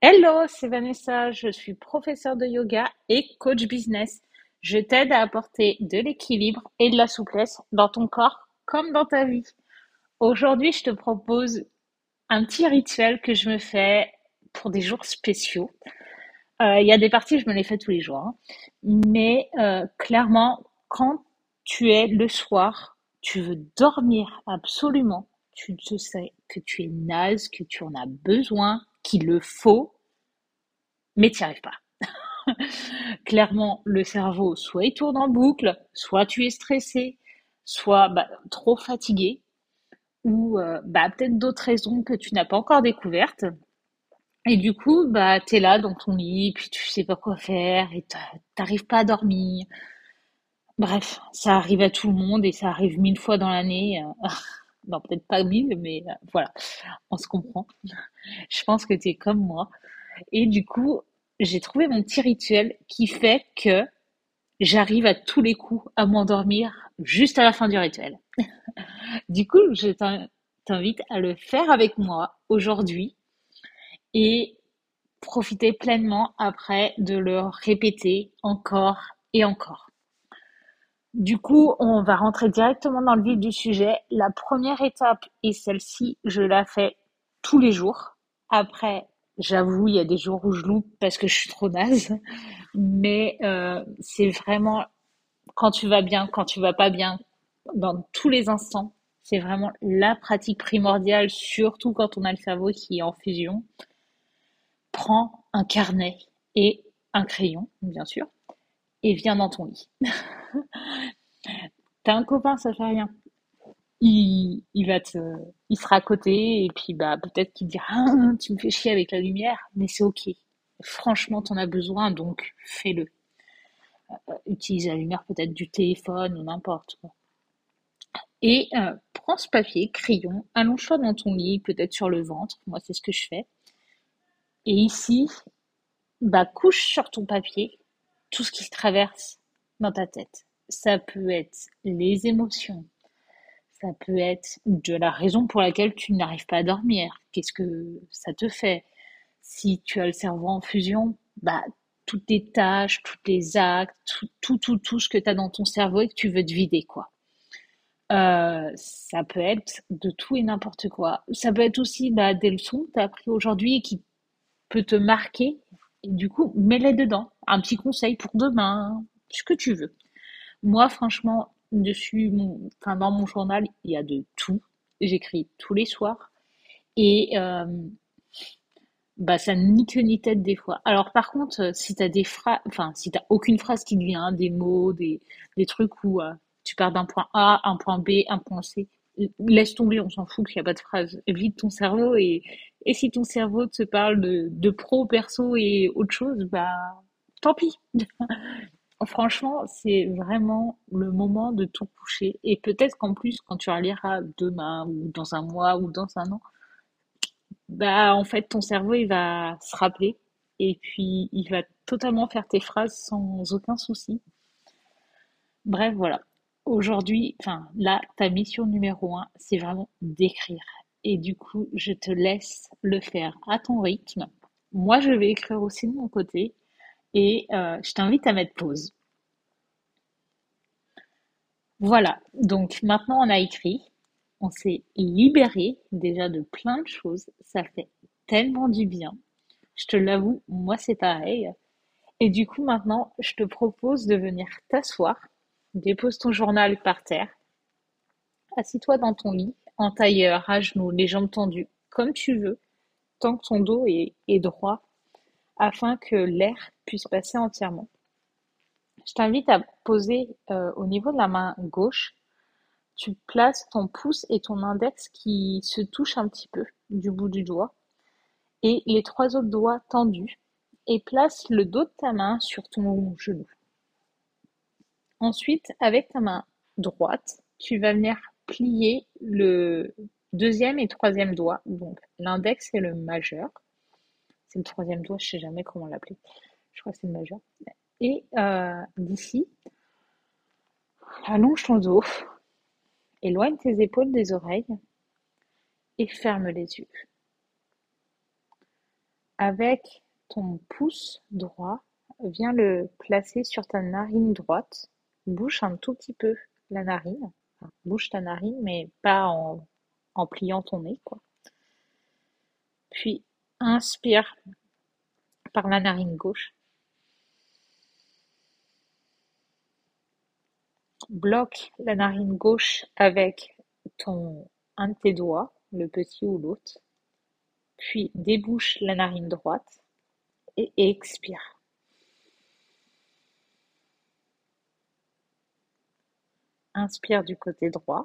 Hello, c'est Vanessa, je suis professeure de yoga et coach business. Je t'aide à apporter de l'équilibre et de la souplesse dans ton corps comme dans ta vie. Aujourd'hui, je te propose un petit rituel que je me fais pour des jours spéciaux. Il y a des parties, je me les fais tous les jours, hein. Mais clairement, quand tu es le soir, tu veux dormir absolument, tu te sais que tu es naze, que tu en as besoin, qu'il le faut, mais tu n'y arrives pas. Clairement, le cerveau, soit il tourne en boucle, soit tu es stressé, soit trop fatigué, ou peut-être d'autres raisons que tu n'as pas encore découvertes. Et du coup, tu es là dans ton lit, puis tu sais pas quoi faire, et t'arrives pas à dormir. Bref, ça arrive à tout le monde et ça arrive 1000 fois dans l'année. Non, peut-être pas 1000, mais voilà, on se comprend. Je pense que tu es comme moi. Et du coup, j'ai trouvé mon petit rituel qui fait que j'arrive à tous les coups à m'endormir juste à la fin du rituel. Du coup, t'invite à le faire avec moi aujourd'hui et profiter pleinement après de le répéter encore et encore. Du coup, on va rentrer directement dans le vif du sujet. La première étape est celle-ci, je la fais tous les jours. Après, j'avoue, il y a des jours où je loupe parce que je suis trop naze, mais c'est vraiment quand tu vas bien, quand tu vas pas bien, dans tous les instants. C'est vraiment la pratique primordiale, surtout quand on a le cerveau qui est en fusion. Prends un carnet et un crayon, bien sûr, et viens dans ton lit. T'as un copain, ça fait rien. Il va il sera à côté et puis peut-être qu'il te dira ah, tu me fais chier avec la lumière, mais c'est ok. Franchement, t'en as besoin, donc fais-le. Utilise la lumière peut-être du téléphone ou n'importe quoi. Et prends ce papier, crayon, allonge-toi dans ton lit, peut-être sur le ventre. Moi, c'est ce que je fais. Et ici, couche sur ton papier tout ce qui se traverse dans ta tête. Ça peut être les émotions, ça peut être de la raison pour laquelle tu n'arrives pas à dormir. Qu'est-ce que ça te fait? Si tu as le cerveau en fusion, toutes tes tâches, tous tes actes, tout ce que tu as dans ton cerveau et que tu veux te vider, quoi. Ça peut être de tout et n'importe quoi. Ça peut être aussi des leçons que tu as appris aujourd'hui et qui peut te marquer. Et du coup, mets-les dedans. Un petit conseil pour demain, ce que tu veux. Moi, franchement, dans mon journal, il y a de tout. J'écris tous les soirs. Et ça ni queue ni tête des fois. Alors par contre, si t'as des phrases, enfin si t'as aucune phrase qui te vient, des mots, des trucs où tu pars d'un point A, un point B, un point C, laisse tomber, on s'en fout qu'il n'y a pas de phrase. Vide ton cerveau et si ton cerveau te parle de pro, perso et autre chose, tant pis. Franchement, c'est vraiment le moment de tout coucher. Et peut-être qu'en plus, quand tu reliras demain ou dans un mois ou dans un an, en fait, ton cerveau, il va se rappeler et puis il va totalement faire tes phrases sans aucun souci. Bref, voilà. Aujourd'hui, enfin, là, ta mission numéro un, c'est vraiment d'écrire. Et du coup, je te laisse le faire à ton rythme. Moi, je vais écrire aussi de mon côté et je t'invite à mettre pause. Voilà. Donc maintenant, on a écrit. On s'est libéré déjà de plein de choses. Ça fait tellement du bien. Je te l'avoue, moi c'est pareil. Et du coup, maintenant, je te propose de venir t'asseoir. Dépose ton journal par terre. Assis-toi dans ton lit, en tailleur, à genoux, les jambes tendues, comme tu veux, tant que ton dos est droit, afin que l'air puisse passer entièrement. Je t'invite à poser au niveau de la main gauche. Tu places ton pouce et ton index qui se touchent un petit peu du bout du doigt et les trois autres doigts tendus et place le dos de ta main sur ton genou. Ensuite, avec ta main droite, tu vas venir plier le deuxième et troisième doigt, donc l'index et le majeur. C'est le troisième doigt, je sais jamais comment l'appeler. Je crois que c'est le majeur. Et d'ici, allonge ton dos, éloigne tes épaules des oreilles et ferme les yeux. Avec ton pouce droit, viens le placer sur ta narine droite. Bouche un tout petit peu la narine. Enfin, bouge ta narine, mais pas en pliant ton nez, quoi. Puis inspire par la narine gauche. Bloque la narine gauche avec un de tes doigts, le petit ou l'autre. Puis débouche la narine droite et expire. Inspire du côté droit.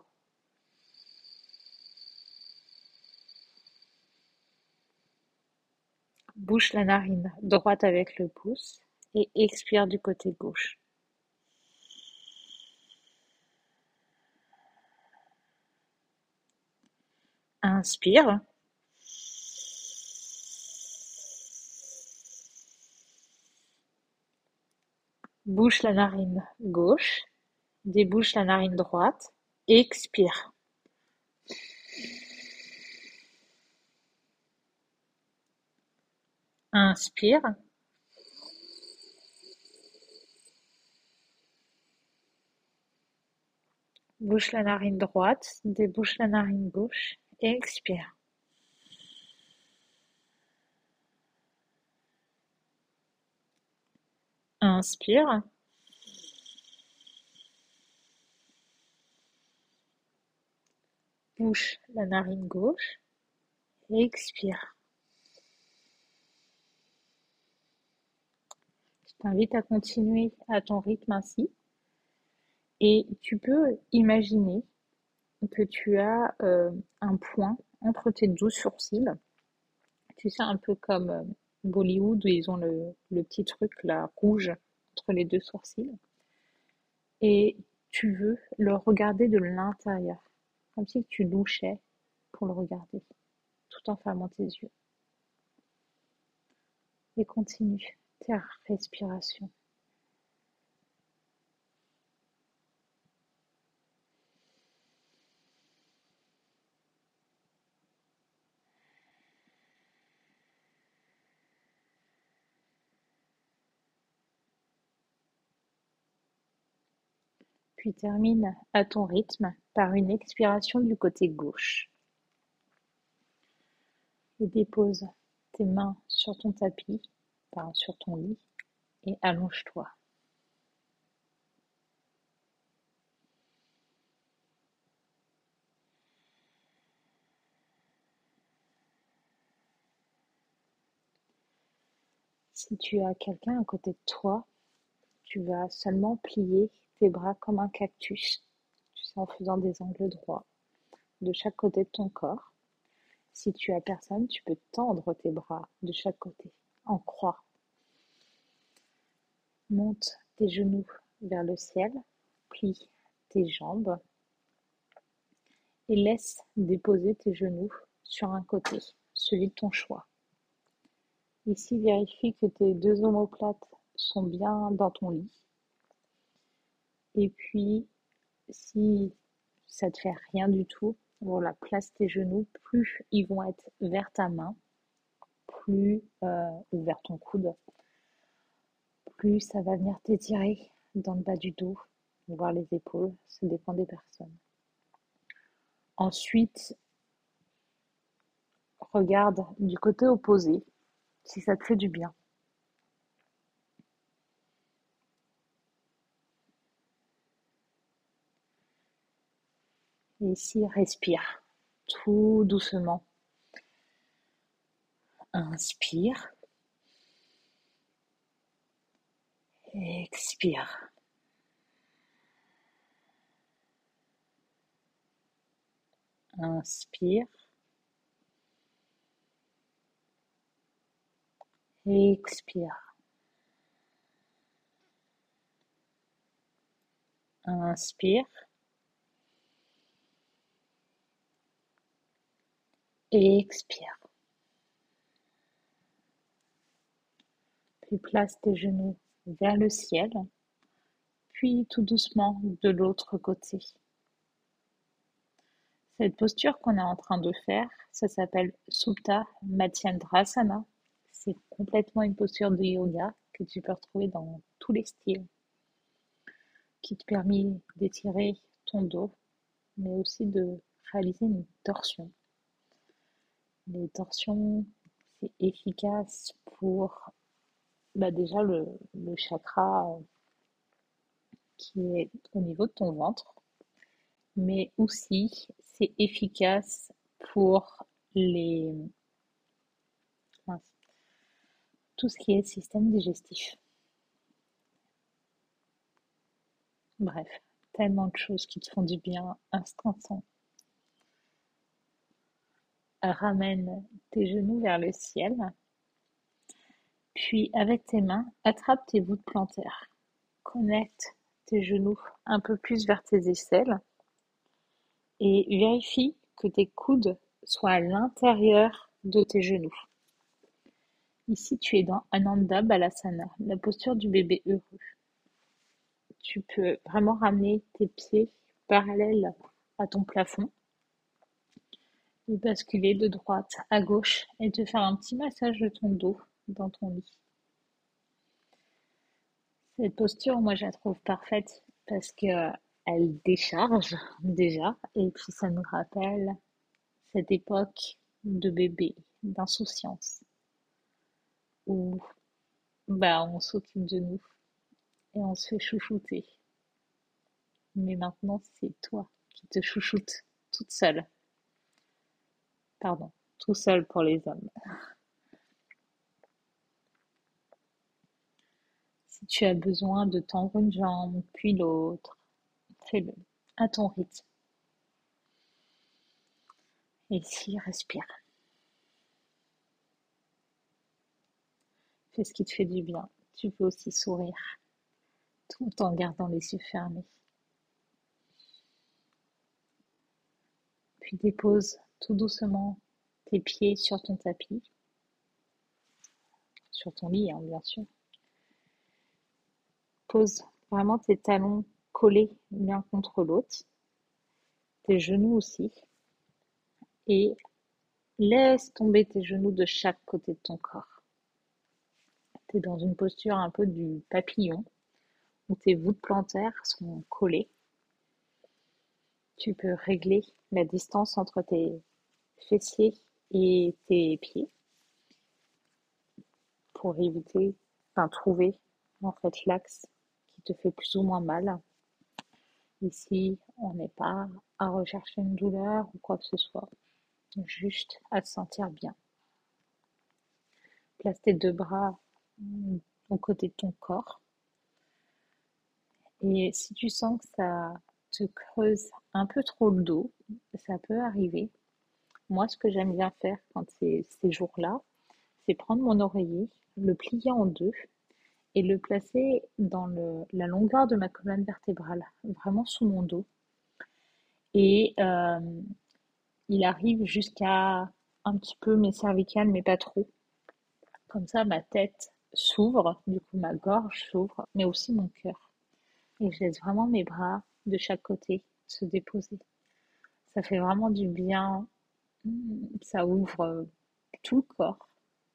Bouche la narine droite avec le pouce et expire du côté gauche. Inspire. Bouche la narine gauche. Débouche la narine droite. Expire. Inspire. Bouche la narine droite. Débouche la narine gauche. Expire. Inspire. Bouche la narine gauche. Expire. Je t'invite à continuer à ton rythme ainsi. Et tu peux imaginer que tu as un point entre tes 12 sourcils. Tu sais, un peu comme Bollywood où ils ont le petit truc là rouge entre les deux sourcils. Et tu veux le regarder de l'intérieur, comme si tu louchais pour le regarder, tout en fermant tes yeux. Et continue ta respiration. Puis termine à ton rythme par une expiration du côté gauche. Et dépose tes mains sur ton tapis, enfin sur ton lit, et allonge-toi. Si tu as quelqu'un à côté de toi, tu vas seulement plier tes bras comme un cactus, tu sais, en faisant des angles droits de chaque côté de ton corps. Si tu as personne, tu peux tendre tes bras de chaque côté, en croix. Monte tes genoux vers le ciel, plie tes jambes et laisse déposer tes genoux sur un côté, celui de ton choix. Ici, vérifie que tes deux omoplates sont bien dans ton lit. Et puis, si ça te fait rien du tout, voilà, place tes genoux, plus ils vont être vers ta main, plus ou vers ton coude, plus ça va venir t'étirer dans le bas du dos, voire les épaules, ça dépend des personnes. Ensuite, regarde du côté opposé si ça te fait du bien. Et ici, respire tout doucement. Inspire. Expire. Inspire. Expire. Inspire. Expire. Puis place tes genoux vers le ciel, puis tout doucement de l'autre côté. Cette posture qu'on est en train de faire, ça s'appelle Supta Matsyendrasana. C'est complètement une posture de yoga que tu peux retrouver dans tous les styles, qui te permet d'étirer ton dos, mais aussi de réaliser une torsion. Les torsions, c'est efficace pour déjà le chakra qui est au niveau de ton ventre, mais aussi c'est efficace pour les mince, tout ce qui est système digestif. Bref, tellement de choses qui te font du bien instantanément. Ramène tes genoux vers le ciel, puis avec tes mains, attrape tes voûtes plantaires. Connecte tes genoux un peu plus vers tes aisselles et vérifie que tes coudes soient à l'intérieur de tes genoux. Ici, tu es dans Ananda Balasana, la posture du bébé heureux. Tu peux vraiment ramener tes pieds parallèles à ton plafond et basculer de droite à gauche et te faire un petit massage de ton dos dans ton lit. Cette posture, moi, je la trouve parfaite parce que elle décharge déjà et puis ça nous rappelle cette époque de bébé, d'insouciance où on s'occupe de nous et on se fait chouchouter. Mais maintenant, c'est toi qui te chouchoutes toute seule. Pardon, tout seul pour les hommes. Si tu as besoin de tendre une jambe, puis l'autre, fais-le à ton rythme. Et si, respire. Fais ce qui te fait du bien. Tu peux aussi sourire tout en gardant les yeux fermés. Puis dépose tout doucement tes pieds sur ton tapis, sur ton lit, hein, bien sûr. Pose vraiment tes talons collés l'un contre l'autre, tes genoux aussi, et laisse tomber tes genoux de chaque côté de ton corps. Tu es dans une posture un peu du papillon, où tes voûtes plantaires sont collées. Tu peux régler la distance entre tes fessiers et tes pieds pour éviter, trouver en fait l'axe qui te fait plus ou moins mal. Ici, on n'est pas à rechercher une douleur ou quoi que ce soit, juste à te sentir bien. Place tes deux bras aux côtés de ton corps. Et si tu sens que ça te creuse un peu trop le dos, ça peut arriver. Moi, ce que j'aime bien faire quand c'est ces jours-là, c'est prendre mon oreiller, le plier en deux et le placer dans la longueur de ma colonne vertébrale, vraiment sous mon dos. Et il arrive jusqu'à un petit peu mes cervicales, mais pas trop. Comme ça, ma tête s'ouvre, du coup ma gorge s'ouvre, mais aussi mon cœur. Et je laisse vraiment mes bras de chaque côté se déposer. Ça fait vraiment du bien, ça ouvre tout le corps.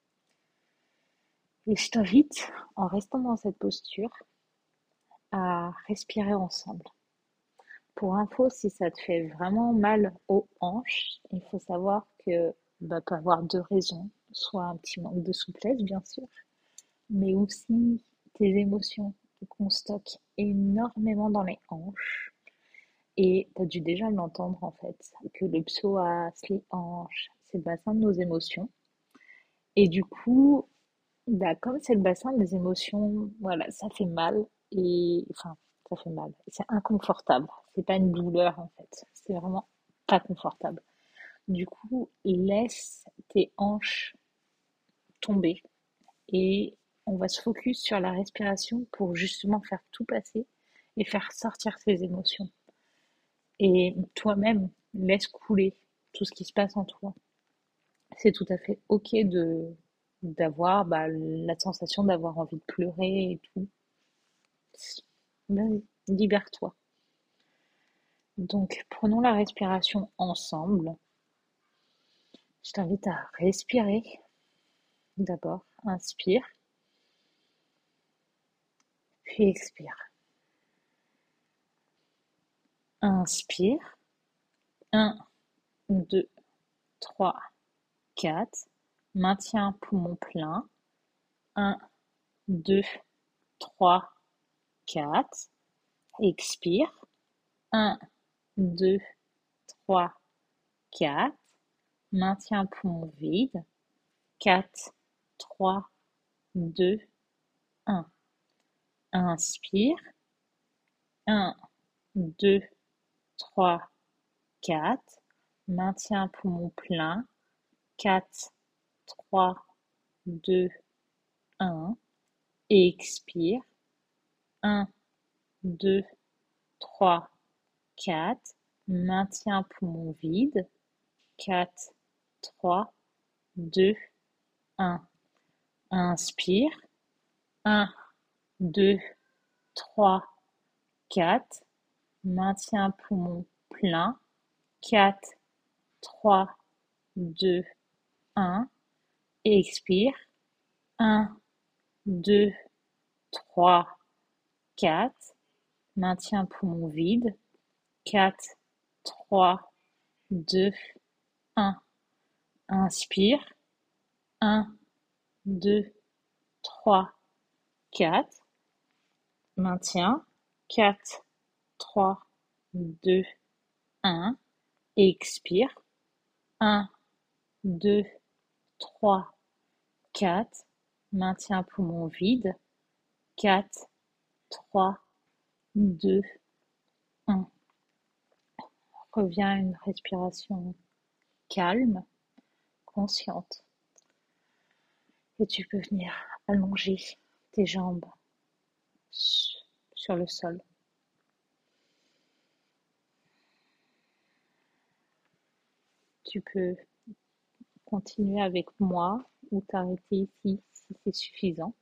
Et je t'invite, en restant dans cette posture, à respirer ensemble. Pour info, si ça te fait vraiment mal aux hanches, il faut savoir que peut avoir deux raisons. Soit un petit manque de souplesse, bien sûr, mais aussi tes émotions qu'on stocke énormément dans les hanches. Et tu as dû déjà l'entendre en fait, que le psoas, les hanches, c'est le bassin de nos émotions. Et du coup, comme c'est le bassin des émotions, voilà, ça fait mal. Et enfin, ça fait mal. C'est inconfortable. C'est pas une douleur en fait. C'est vraiment pas confortable. Du coup, laisse tes hanches tomber et on va se focus sur la respiration pour justement faire tout passer et faire sortir ces émotions. Et toi-même, laisse couler tout ce qui se passe en toi. C'est tout à fait ok d'avoir la sensation d'avoir envie de pleurer et tout. Ben, libère-toi. Donc, prenons la respiration ensemble. Je t'invite à respirer d'abord Inspire, puis expire. Inspire. 1, 2, 3, 4. Maintiens poumon plein. 1, 2, 3, 4. Expire. 1, 2, 3, 4. Maintiens poumon vide. 4, 3, 2, 1. Inspire. 1, 2, 3, 4. Maintiens poumon plein. 4, 3, 2, 1. Expire. 1, 2, 3, 4. Maintiens poumon vide. 4, 3, 2, 1. Inspire. 1, 2, 3, 4. Maintiens poumon plein. 4, 3, 2, 1. Expire. 1, 2, 3, 4. Maintiens poumon vide. 4, 3, 2, 1. Inspire. 1, 2, 3, 4. Maintiens. 4, 3, 2, 1. Expire. 1, 2, 3, 4. Maintiens poumon vide. 4, 3, 2, 1. Reviens à une respiration calme, consciente. Et tu peux venir allonger tes jambes sur le sol. Tu peux continuer avec moi ou t'arrêter ici si c'est suffisant.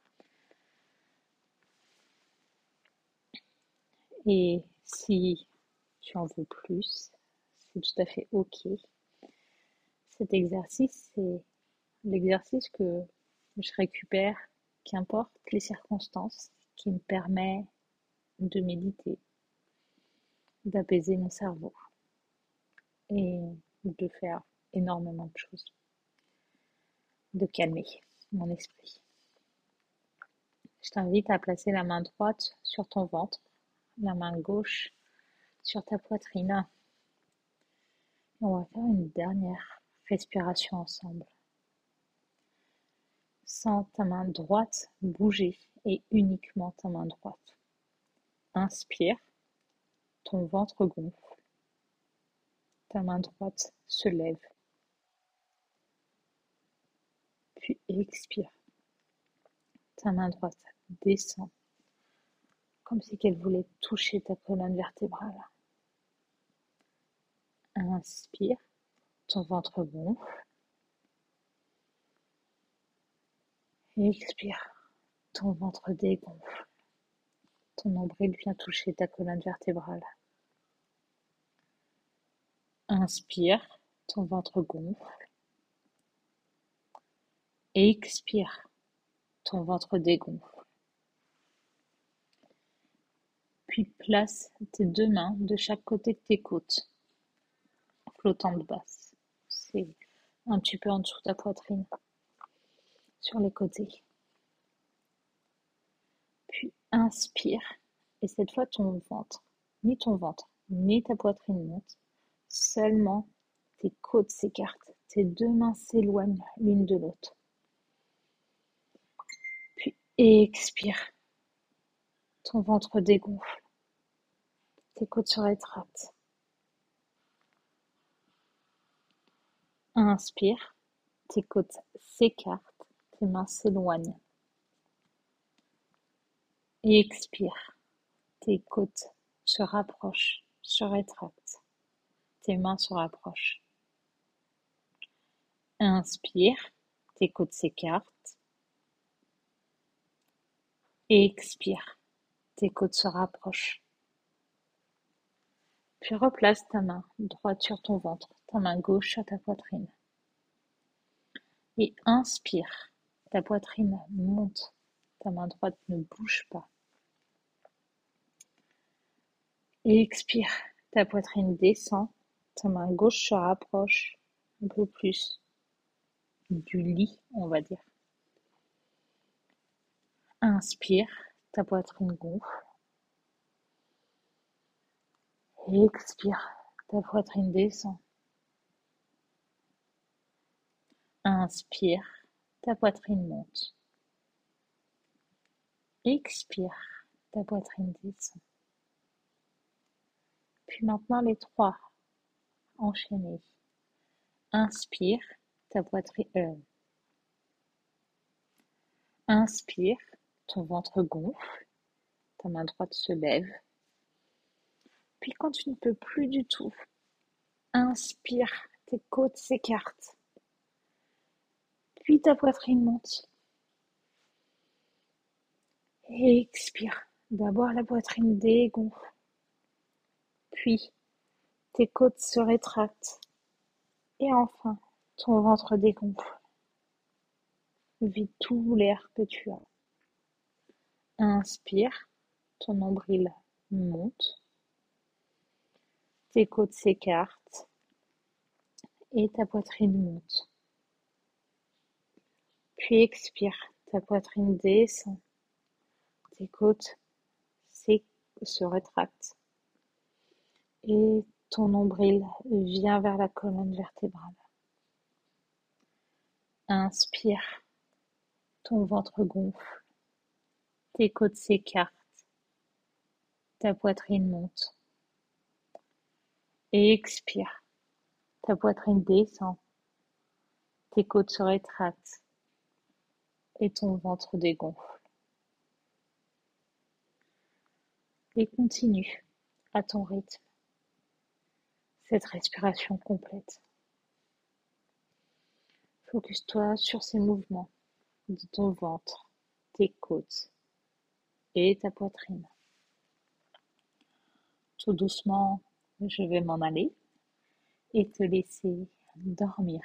Et si tu en veux plus, c'est tout à fait OK. Cet exercice, c'est l'exercice que je récupère, qu'importe les circonstances, qui me permet de méditer, d'apaiser mon cerveau et de faire énormément de choses, de calmer mon esprit. Je t'invite à placer la main droite sur ton ventre, la main gauche sur ta poitrine. On va faire une dernière respiration ensemble. Sens ta main droite bouger et uniquement ta main droite. Inspire, ton ventre gonfle, ta main droite se lève. Puis expire, ta main droite descend, comme si elle voulait toucher ta colonne vertébrale. Inspire, ton ventre gonfle. Expire, ton ventre dégonfle. Ton nombril vient toucher ta colonne vertébrale. Inspire, ton ventre gonfle. Expire, ton ventre dégonfle. Puis place tes deux mains de chaque côté de tes côtes, flottantes basses. C'est un petit peu en dessous de ta poitrine, sur les côtés. Puis inspire, et cette fois ton ventre, ni ta poitrine monte, seulement tes côtes s'écartent, tes deux mains s'éloignent l'une de l'autre. Puis expire, ton ventre dégonfle, tes côtes se rétractent. Inspire, tes côtes s'écartent, tes mains s'éloignent. Expire, tes côtes se rapprochent, se rétractent, tes mains se rapprochent. Inspire, tes côtes s'écartent. Expire, tes côtes se rapprochent. Puis replace ta main droite sur ton ventre, ta main gauche sur ta poitrine. Et inspire, Ta poitrine monte. Ta main droite ne bouge pas. Et expire. Ta poitrine descend. Ta main gauche se rapproche un peu plus du lit, on va dire. Inspire. Ta poitrine gonfle. Et expire. Ta poitrine descend. Inspire. Ta poitrine monte. Expire. Ta poitrine descend. Puis maintenant les trois enchaînés. Inspire. Ta poitrine. Inspire. Ton ventre gonfle. Ta main droite se lève. Puis quand tu ne peux plus du tout, inspire. Tes côtes s'écartent. Puis ta poitrine monte. Et expire. D'abord la poitrine dégonfle. Puis tes côtes se rétractent. Et enfin, ton ventre dégonfle. Vide tout l'air que tu as. Inspire. Ton nombril monte. Tes côtes s'écartent. Et ta poitrine monte. Puis expire. Ta poitrine descend. Tes côtes se rétractent. Et ton nombril vient vers la colonne vertébrale. Inspire, ton ventre gonfle, tes côtes s'écartent, ta poitrine monte. Et expire, ta poitrine descend, tes côtes se rétractent et ton ventre dégonfle. Et continue à ton rythme cette respiration complète. Focus-toi sur ces mouvements de ton ventre, tes côtes et ta poitrine. Tout doucement, je vais m'en aller et te laisser dormir.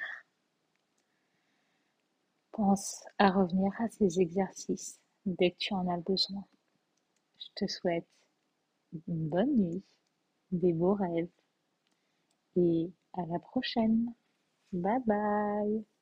Pense à revenir à ces exercices dès que tu en as besoin. Je te souhaite une bonne nuit, des beaux rêves et à la prochaine. Bye bye.